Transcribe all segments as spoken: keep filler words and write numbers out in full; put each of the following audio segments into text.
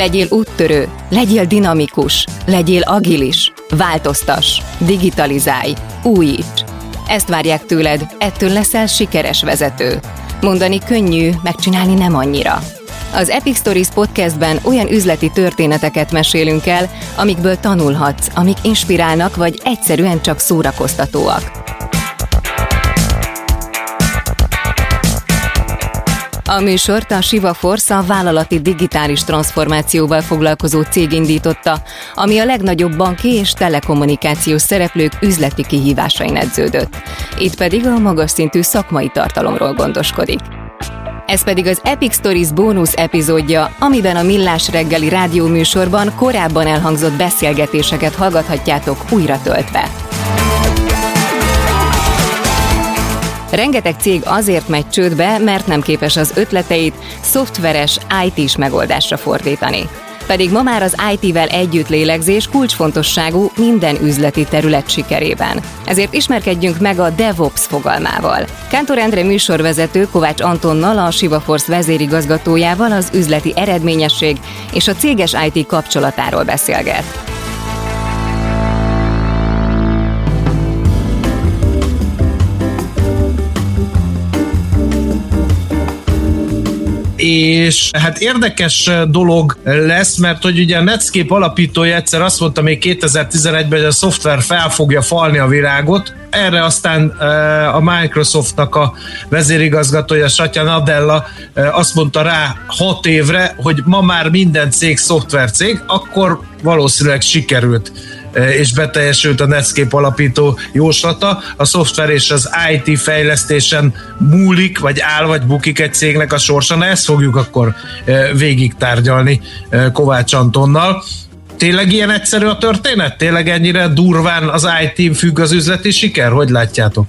Legyél úttörő, legyél dinamikus, legyél agilis, változtass, digitalizálj, újíts. Ezt várják tőled, ettől leszel sikeres vezető. Mondani könnyű, megcsinálni nem annyira. Az Epic Stories podcastben olyan üzleti történeteket mesélünk el, amikből tanulhatsz, amik inspirálnak, vagy egyszerűen csak szórakoztatóak. A műsort a Shiva Force, a vállalati digitális transformációval foglalkozó cég indította, ami a legnagyobb banki és telekommunikációs szereplők üzleti kihívásain edződött. Itt pedig a magas szintű szakmai tartalomról gondoskodik. Ez pedig az Epic Stories bónusz epizódja, amiben a Millás reggeli rádióműsorban korábban elhangzott beszélgetéseket hallgathatjátok újra töltve. Rengeteg cég azért megy csődbe, mert nem képes az ötleteit szoftveres í té-s megoldásra fordítani. Pedig ma már az í té-vel együtt lélegzés kulcsfontosságú minden üzleti terület sikerében. Ezért ismerkedjünk meg a DevOps fogalmával. Kántor Endre műsorvezető Kovács Antonnal, a Shiva Force vezérigazgatójával az üzleti eredményesség és a céges í té kapcsolatáról beszélget. És hát érdekes dolog lesz, mert hogy ugye a Netscape alapítója egyszer azt mondta még kétezer-tizenegyben, hogy a szoftver fel fogja falni a világot, erre aztán a Microsoftnak a vezérigazgatója, Satya Nadella azt mondta rá hat évre, hogy ma már minden cég szoftvercég, akkor valószínűleg sikerült és beteljesült a Netscape alapító jóslata. A szoftver és az í té fejlesztésen múlik, vagy áll, vagy bukik egy cégnek a sorsa. Na, ezt fogjuk akkor végig tárgyalni Kovács Antonnal. Tényleg ilyen egyszerű a történet? Tényleg ennyire durván az í té függ az üzleti siker? Hogy látjátok?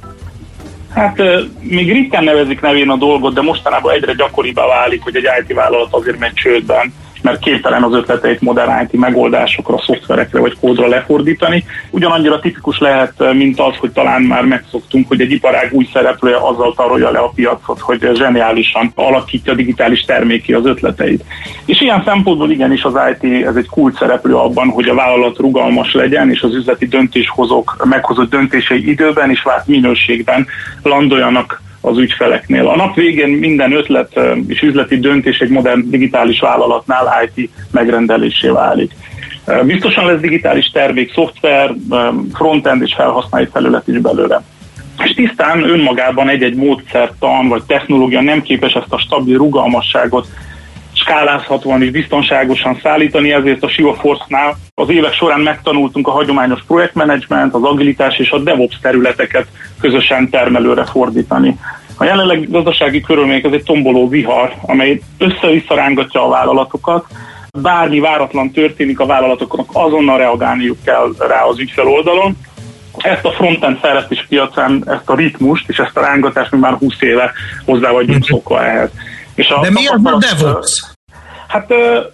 Hát még ritkán nevezik nevén a dolgot, de mostanában egyre gyakoribbá válik, hogy egy í té vállalat azért megy csődben, mert képtelen az ötleteit modern í té megoldásokra, szoftverekre vagy kódra lefordítani. Ugyanannyira tipikus lehet, mint az, hogy talán már megszoktunk, hogy egy iparág új szereplője azzal tarolja le a piacot, hogy zseniálisan alakítja a digitális terméké az ötleteit. És ilyen szempontból igenis az í té ez egy kulcs szereplő abban, hogy a vállalat rugalmas legyen, és az üzleti döntéshozók meghozott döntései időben és várt minőségben landoljanak az ügyfeleknél. A nap végén minden ötlet és üzleti döntés egy modern digitális vállalatnál í té megrendelésé válik. Biztosan lesz digitális termék, szoftver, frontend és felhasználói felület is belőle. És tisztán önmagában egy-egy módszertan vagy technológia nem képes ezt a stabil rugalmasságot skálázhatóan és biztonságosan szállítani, ezért a Shiva Force-nál az évek során megtanultunk a hagyományos projektmenedzsment, az agilitás és a DevOps területeket közösen termelőre fordítani. A jelenlegi gazdasági körülmények ez egy tomboló vihar, amely össze-vissza rángatja a vállalatokat. Bármi váratlan történik, a vállalatoknak azonnal reagálniuk kell rá az ügyfél oldalon. Ezt a frontend fejlesztés piacán, ezt a ritmust és ezt a rángatást mi már húsz éve hozzá vagyunk szokva ehhez. És a De mi az a DevOps? Hát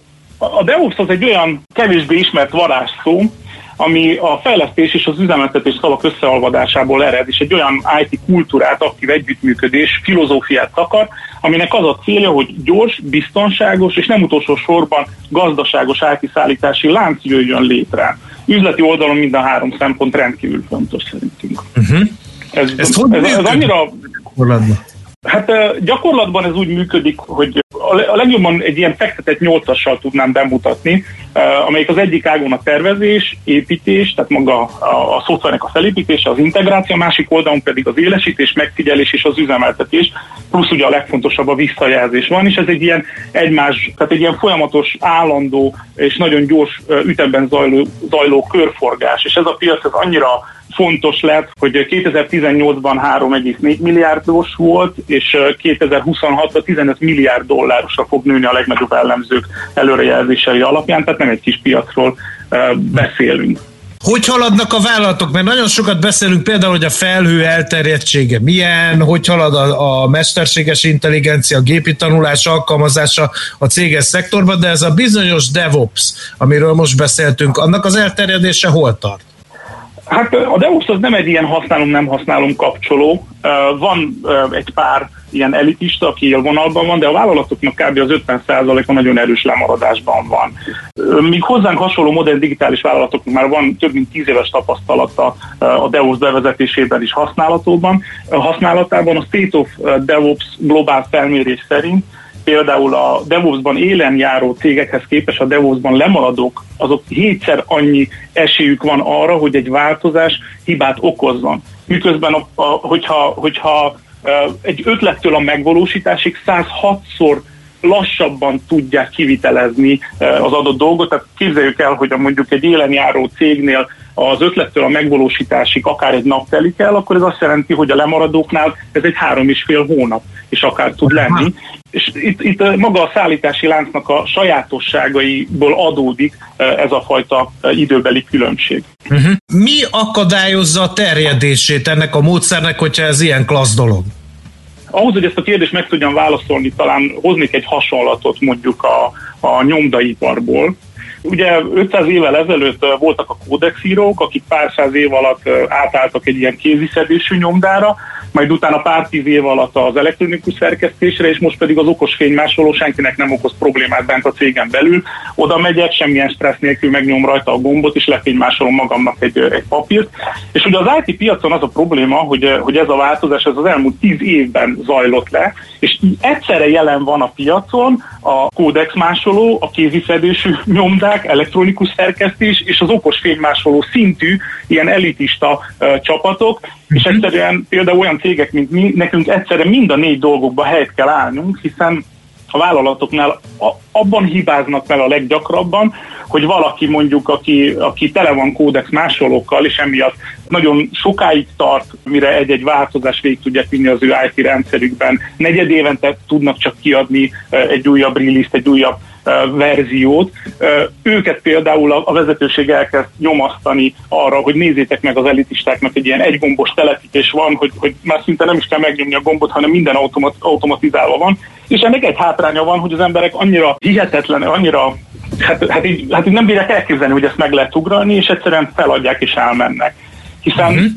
a DevOps az egy olyan kevésbé ismert varázsszó, ami a fejlesztés és az üzemeltetés szavak összeolvadásából ered, és egy olyan í té kultúrát, aktív együttműködés, filozófiát takar, aminek az a célja, hogy gyors, biztonságos és nem utolsó sorban gazdaságos í té szállítási lánc jöjjön létre. Üzleti oldalon mind a három szempont rendkívül fontos szerintünk. Uh-huh. Ez, ez, ez, ez annyira... Hát gyakorlatban ez úgy működik, hogy a legjobban egy ilyen fektetett nyolcassal tudnám bemutatni, amelyik az egyik ágon a tervezés, építés, tehát maga a, a szoftvernek a felépítése, az integráció, a másik oldalon pedig az élesítés, megfigyelés és az üzemeltetés, plusz ugye a legfontosabb a visszajelzés van, és ez egy ilyen egymás, tehát egy ilyen folyamatos, állandó és nagyon gyors ütemben zajló, zajló körforgás, és ez a piac ez annyira fontos lett, hogy kétezer-tizennyolcban három egész négy milliárdos volt, és kétezer-huszonhatban tizenöt milliárd dollárosra fog nőni a legnagyobb ellenzők előrejelzései alapján, tehát nem egy kis piacról uh, beszélünk. Hogy haladnak a vállalatok? Mert nagyon sokat beszélünk például, hogy a felhő elterjedtsége milyen, hogy halad a, a mesterséges intelligencia, a gépi tanulás alkalmazása a céges szektorban, de ez a bizonyos DevOps, amiről most beszéltünk, annak az elterjedése hol tart? Hát a DevOps az nem egy ilyen használom-nem használom kapcsoló. Van egy pár ilyen elitista, aki élvonalban van, de a vállalatoknak kb. Az ötven százaléka nagyon erős lemaradásban van. Míg hozzánk hasonló modern digitális vállalatoknak már van több mint tíz éves tapasztalata a DevOps bevezetésében és használatában, használatában a State of DevOps globál felmérés szerint például a DevOps-ban élen járó cégekhez képest a DevOps-ban lemaradók, azok hétszer annyi esélyük van arra, hogy egy változás hibát okozzon. Miközben, a, a, hogyha, hogyha egy ötlettől a megvalósításig száz hatszor lassabban tudják kivitelezni az adott dolgot. Tehát képzeljük el, hogy mondjuk egy élen járó cégnél az ötlettől a megvalósításig akár egy nap telik el, akkor ez azt jelenti, hogy a lemaradóknál ez egy három és fél hónap is akár tud lenni. És itt, itt maga a szállítási láncnak a sajátosságaiból adódik ez a fajta időbeli különbség. Uh-huh. Mi akadályozza a terjedését ennek a módszernek, hogyha ez ilyen klassz dolog? Ahhoz, hogy ezt a kérdést meg tudjam válaszolni, talán hoznék egy hasonlatot mondjuk a, a nyomdaiparból. Ugye ötszáz évvel ezelőtt voltak a kódexírók, akik pár száz év alatt átálltak egy ilyen kéziszedésű nyomdára, majd utána pár tíz év alatt az elektronikus szerkesztésre, és most pedig az okos fénymásoló senkinek nem okoz problémát bent a cégen belül. Oda megyek, semmilyen stressz nélkül megnyom rajta a gombot, és lefénymásolom magamnak egy, egy papírt. És ugye az i té piacon az a probléma, hogy, hogy ez a változás ez az elmúlt tíz évben zajlott le, és így egyszerre jelen van a piacon a kódexmásoló, a kézifedésű nyomdák, elektronikus szerkesztés és az okos fénymásoló szintű ilyen elitista uh, csapatok, uh-huh. és egyszerűen például olyan cégek, mint mi, nekünk egyszerre mind a négy dolgokba helyt kell állnunk, hiszen a vállalatoknál abban hibáznak fel a leggyakrabban, hogy valaki mondjuk, aki, aki tele van kódex másolókkal, és emiatt nagyon sokáig tart, mire egy-egy változás végig tudják vinni az ő i té rendszerükben. Negyed évente tudnak csak kiadni egy újabb release-t, egy újabb verziót. Őket például a vezetőség elkezd nyomasztani arra, hogy nézzétek meg, az elitistáknak egy ilyen egygombos telepítés van, hogy, hogy már szinte nem is kell megnyomni a gombot, hanem minden automat, automatizálva van. És ennek egy hátránya van, hogy az emberek annyira hihetetlen, annyira hát, hát, így, hát így nem bírják elképzelni, hogy ezt meg lehet ugrani, és egyszerűen feladják és elmennek. Hiszen uh-huh.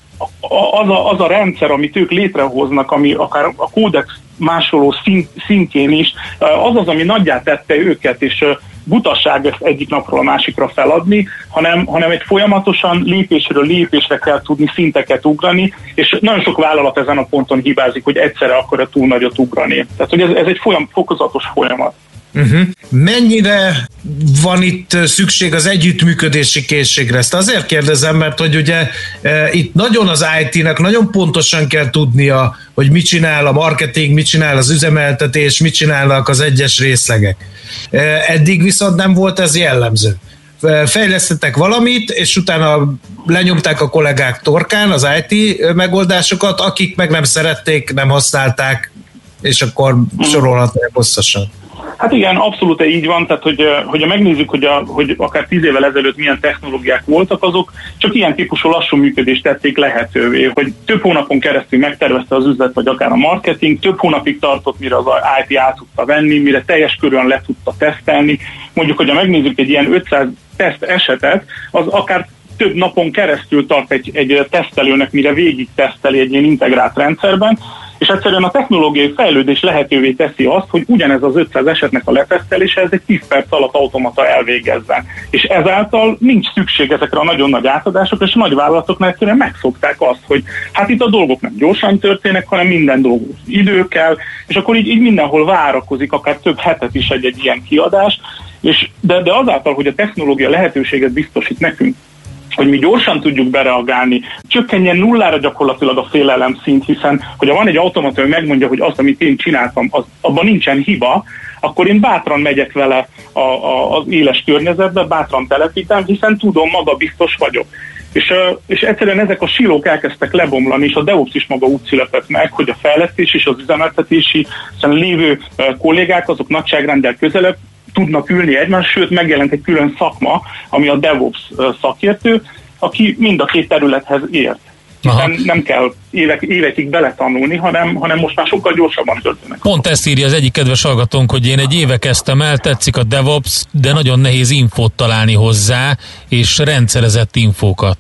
az, a, az a rendszer, amit ők létrehoznak, ami akár a kódex másoló szint, szintjén is, az az, ami nagyjá tette őket, és butasság ezt egyik napról a másikra feladni, hanem, hanem egy folyamatosan lépésről lépésre kell tudni szinteket ugrani, és nagyon sok vállalat ezen a ponton hibázik, hogy egyszerre akarja túl nagyot ugrani. Tehát, hogy ez, ez egy folyam, fokozatos folyamat. Uh-huh. Mennyire van itt szükség az együttműködési készségre? Ezt azért kérdezem, mert hogy ugye e, itt nagyon az i té-nek nagyon pontosan kell tudnia, hogy mit csinál a marketing, mit csinál az üzemeltetés, mit csinálnak az egyes részlegek. E, eddig viszont nem volt ez jellemző. Fejlesztettek valamit, és utána lenyomták a kollégák torkán az i té megoldásokat, akik meg nem szerették, nem használták, és akkor sorolhatják hosszasan. Hát igen, abszolút így van, tehát hogy, hogyha megnézzük, hogy, a, hogy akár tíz évvel ezelőtt milyen technológiák voltak, azok csak ilyen típusú lassú működést tették lehetővé, hogy több hónapon keresztül megtervezte az üzlet, vagy akár a marketing, több hónapig tartott, mire az i té át tudta venni, mire teljes körülön le tudta tesztelni. Mondjuk, hogyha megnézzük egy ilyen ötszáz teszt esetet, az akár több napon keresztül tart egy, egy tesztelőnek, mire végig teszteli egy ilyen integrált rendszerben, és egyszerűen a technológiai fejlődés lehetővé teszi azt, hogy ugyanez az ötszáz esetnek a letesztelése ez egy tíz perc alatt automata elvégezzen. És ezáltal nincs szükség ezekre a nagyon nagy átadásokra, és a nagy vállalatoknál egyszerűen megszokták azt, hogy hát itt a dolgok nem gyorsan történnek, hanem minden dolgok idő kell, és akkor így, így mindenhol várakozik, akár több hetet is egy-egy ilyen kiadás, és de, de azáltal, hogy a technológia lehetőséget biztosít nekünk, hogy mi gyorsan tudjuk bereagálni, csökkenjen nullára gyakorlatilag a félelem szint, hiszen hogyha van egy automata, hogy megmondja, hogy azt, amit én csináltam, az, abban nincsen hiba, akkor én bátran megyek vele a, a, az éles környezetbe, bátran telepítem, hiszen tudom, maga biztos vagyok. És, és egyszerűen ezek a silók elkezdtek lebomlani, és a DevOps is maga úgy született meg, hogy a fejlesztés és az üzemeltetési lévő kollégák, azok nagyságrendel közelebb tudnak ülni egymás, sőt megjelent egy külön szakma, ami a DevOps szakértő, aki mind a két területhez ért. Hiszen nem kell évek, évekig beletanulni, hanem, hanem most már sokkal gyorsabban történnek. Pont ezt írja az egyik kedves hallgatónk, hogy én egy éve kezdtem el, tetszik a DevOps, de nagyon nehéz infót találni hozzá, és rendszerezett infókat.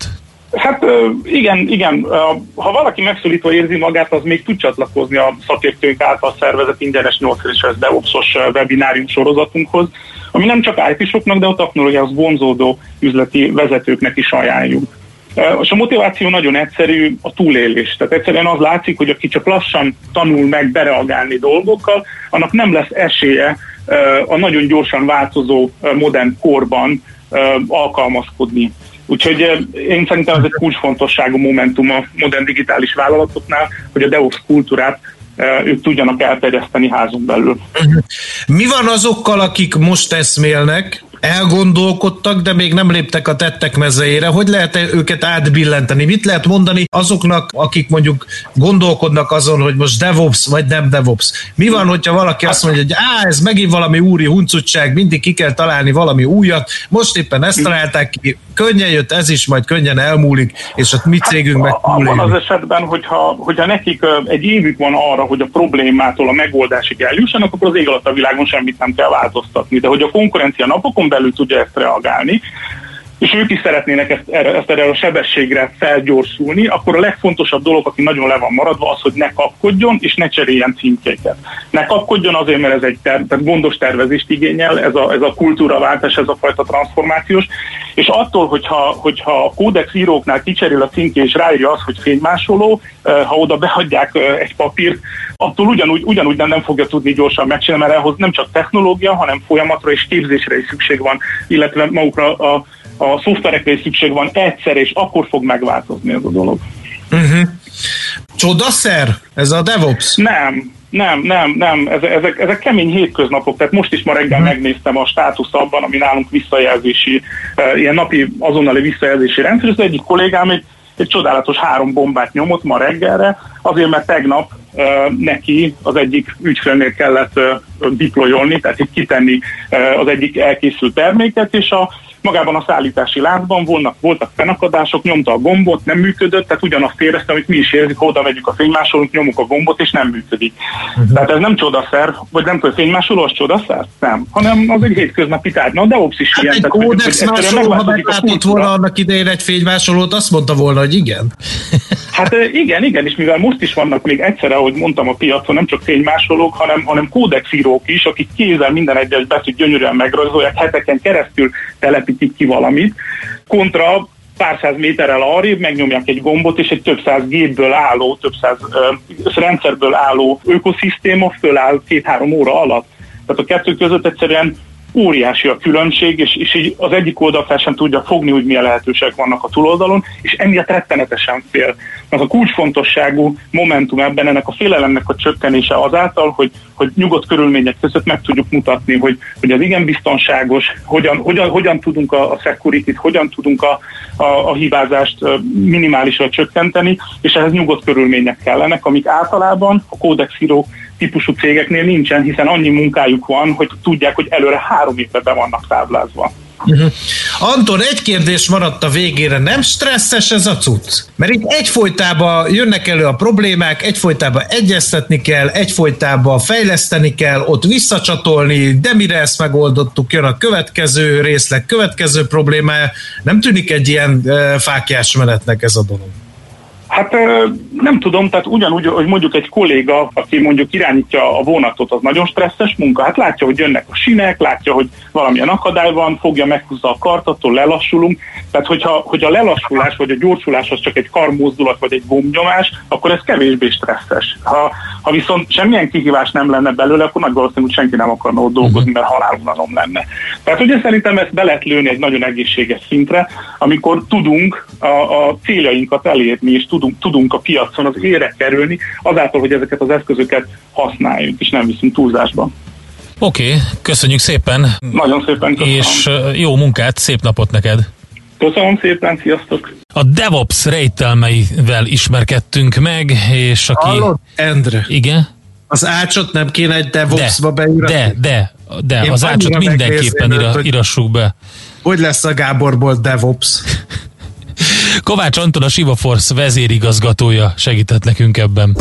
Hát igen, igen. Ha valaki megszólítva érzi magát, az még tud csatlakozni a szakértőink által szervezett ingyenes nyolc részes DevOps-os webinárium sorozatunkhoz, ami nem csak í té-soknak, de a technológiához vonzódó üzleti vezetőknek is ajánljuk. És a motiváció nagyon egyszerű, a túlélés. Tehát egyszerűen az látszik, hogy aki csak lassan tanul meg bereagálni dolgokkal, annak nem lesz esélye a nagyon gyorsan változó modern korban alkalmazkodni. Úgyhogy én szerintem ez egy kulcsfontosságú momentum a modern digitális vállalatoknál, hogy a DevOps kultúrát ők tudjanak elterjeszteni házon belül. Mi van azokkal, akik most eszmélnek, elgondolkodtak, de még nem léptek a tettek mezejére? Hogy lehet őket átbillenteni? Mit lehet mondani azoknak, akik mondjuk gondolkodnak azon, hogy most DevOps vagy nem DevOps? Mi van, hogyha valaki azt mondja, hogy á, ez megint valami úri huncutság, mindig ki kell találni valami újat, most éppen ezt találták ki, könnyen jött ez is, majd könnyen elmúlik, és a mi cégünk meg túléli. Abban az esetben, hogyha, hogyha nekik egy évük van arra, hogy a problémától a megoldásig eljussanak, akkor az ég alatt a világon semmit nem kell változtatni. De hogy a konkurencia napokon belül tudja ezt reagálni, és ők is szeretnének ezt erre, ezt erre a sebességre felgyorsulni, akkor a legfontosabb dolog, aki nagyon le van maradva, az, hogy ne kapkodjon, és ne cseréljen címkéket. Ne kapkodjon azért, mert ez egy ter- tehát gondos tervezést igényel, ez a, ez a kultúraváltás, ez a fajta transformációs, és attól, hogyha, hogyha a kódex íróknál kicserél a címké, és ráírja azt, hogy fénymásoló, ha oda behagyják egy papírt, attól ugyanúgy, ugyanúgy nem, nem fogja tudni gyorsan megcsinálni, mert ehhoz nem csak technológia, hanem folyamatra és képzésre is szükség van, illetve magukra a a szoftverekre is szükség van egyszer, és akkor fog megváltozni ez a dolog. Uh-huh. Csodaszer? Ez a DevOps? Nem, nem, nem, nem. Ezek, ezek kemény hétköznapok, tehát most is ma reggel uh-huh. megnéztem a státusz abban, ami nálunk visszajelzési, uh, ilyen napi azonnali visszajelzési rendszer, és az egyik kollégám egy, egy csodálatos három bombát nyomott ma reggelre, azért, mert tegnap uh, neki az egyik ügyfélnél kellett uh, deployolni, tehát itt kitenni uh, az egyik elkészült terméket, és a magában a szállítási láncban voltak, voltak fennakadások, nyomta a gombot, nem működött, tehát ugyanazt éreztem, amit mi is érzik, ha oda vegyük a fénymásolót, nyomjuk a gombot, és nem működik. Uh-huh. Tehát ez nem csodaszer, vagy nem tudom, fénymásoló az csodaszer? Nem, hanem az egy hétköznapi tárgy. Na, a DevOps is hát ilyen. Egy kódex másoló, ha meglátott volna annak idején egy fénymásolót, azt mondta volna, hogy igen. Hát igen, igen, és mivel most is vannak még egyszerre, ahogy mondtam, a piacon nem csak fénymásolók, hanem, hanem kódexírók is, akik kézzel minden egyes betűt gyönyörűen megrajzolják, heteken keresztül telepítik ki valamit, kontra pár száz méterrel arrébb megnyomják egy gombot, és egy több száz gépből álló, több száz uh, rendszerből álló ökoszisztéma föláll két-három óra alatt. Tehát a kettő között egyszerűen óriási a különbség, és, és így az egyik oldal fel sem tudja fogni, hogy milyen lehetőségek vannak a túloldalon, és emiatt rettenetesen fél. Az a kulcsfontosságú momentum ebben, ennek a félelemnek a csökkenése azáltal, hogy, hogy nyugodt körülmények között meg tudjuk mutatni, hogy, hogy az igen biztonságos, hogyan, hogyan, hogyan tudunk a, a security-t, hogyan tudunk a, a, a hibázást minimálisra csökkenteni, és ehhez nyugodt körülmények kellenek, amik általában a kódexírók típusú cégeknél nincsen, hiszen annyi munkájuk van, hogy tudják, hogy előre három évben be vannak táblázva. Uh-huh. Anton, egy kérdés maradt a végére. Nem stresszes ez a cucc? Mert itt egyfolytában jönnek elő a problémák, egyfolytában egyeztetni kell, egyfolytában fejleszteni kell, ott visszacsatolni, de mire ezt megoldottuk, jön a következő részleg, következő problémája. Nem tűnik egy ilyen e, fáklyás menetnek ez a dolog? Hát nem tudom, tehát ugyanúgy, hogy mondjuk egy kolléga, aki mondjuk irányítja a vonatot, az nagyon stresszes munka. Hát látja, hogy jönnek a sinek, látja, hogy valamilyen akadály van, fogja, meghúzza a kart, attól lelassulunk. Tehát, hogyha, hogy a lelassulás vagy a gyorsulás az csak egy karmozdulat vagy egy gombnyomás, akkor ez kevésbé stresszes. Ha, ha viszont semmilyen kihívás nem lenne belőle, akkor nagy valószínűleg senki nem akarna ott dolgozni, mert halálunalom lenne. Tehát ugye szerintem ezt be lehet lőni egy nagyon egészséges szintre, amikor tudunk a, a céljainkat elérni, és tudunk, tudunk a piacon az élre kerülni, azáltal, hogy ezeket az eszközöket használjuk, és nem viszünk túlzásba. Oké, okay, köszönjük szépen. Nagyon szépen köszönöm. És jó munkát, szép napot neked. Köszönöm szépen, sziasztok. A DevOps rejtelmeivel ismerkedtünk meg, és aki... Hallod, Endre? Igen? Az ácsot nem kéne egy DevOps-ba beíratni? De, de, de, de az ácsot mindenképpen ira, írassuk be. Hogy lesz a Gáborból DevOps? Kovács Anton, a ShivaForce vezérigazgatója segített nekünk ebben.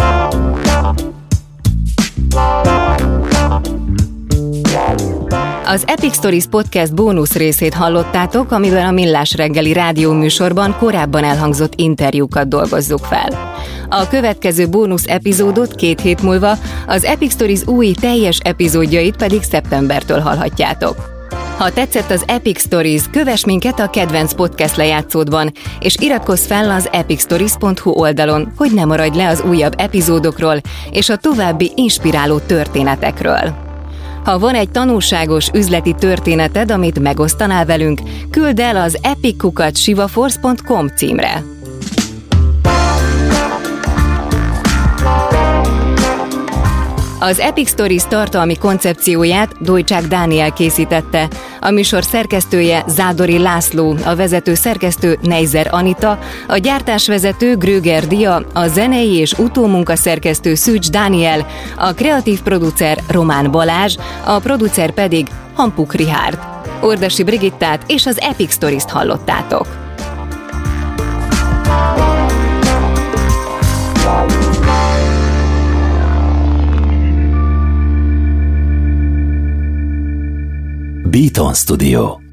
Az Epic Stories Podcast bónusz részét hallottátok, amiben a Millás reggeli rádióműsorban korábban elhangzott interjúkat dolgozzuk fel. A következő bónusz epizódot két hét múlva, az Epic Stories új teljes epizódjait pedig szeptembertől hallhatjátok. Ha tetszett az Epic Stories, kövess minket a kedvenc podcast lejátszódban, és iratkozz fel az epic stories pont hu oldalon, hogy ne maradj le az újabb epizódokról és a további inspiráló történetekről. Ha van egy tanulságos üzleti történeted, amit megosztanál velünk, küldd el az epic kukac sivaforce pont com címre. Az Epic Stories tartalmi koncepcióját Dojcsák Dániel készítette, a műsor szerkesztője Zádori László, a vezető szerkesztő Neizer Anita, a gyártásvezető Gröger Dia, a zenei és utómunkaszerkesztő Szűcs Dániel, a kreatív producer Román Balázs, a producer pedig Hampuk Richárd. Ordasi Brigittát és az Epic Stories-t hallottátok. Beaton Studio.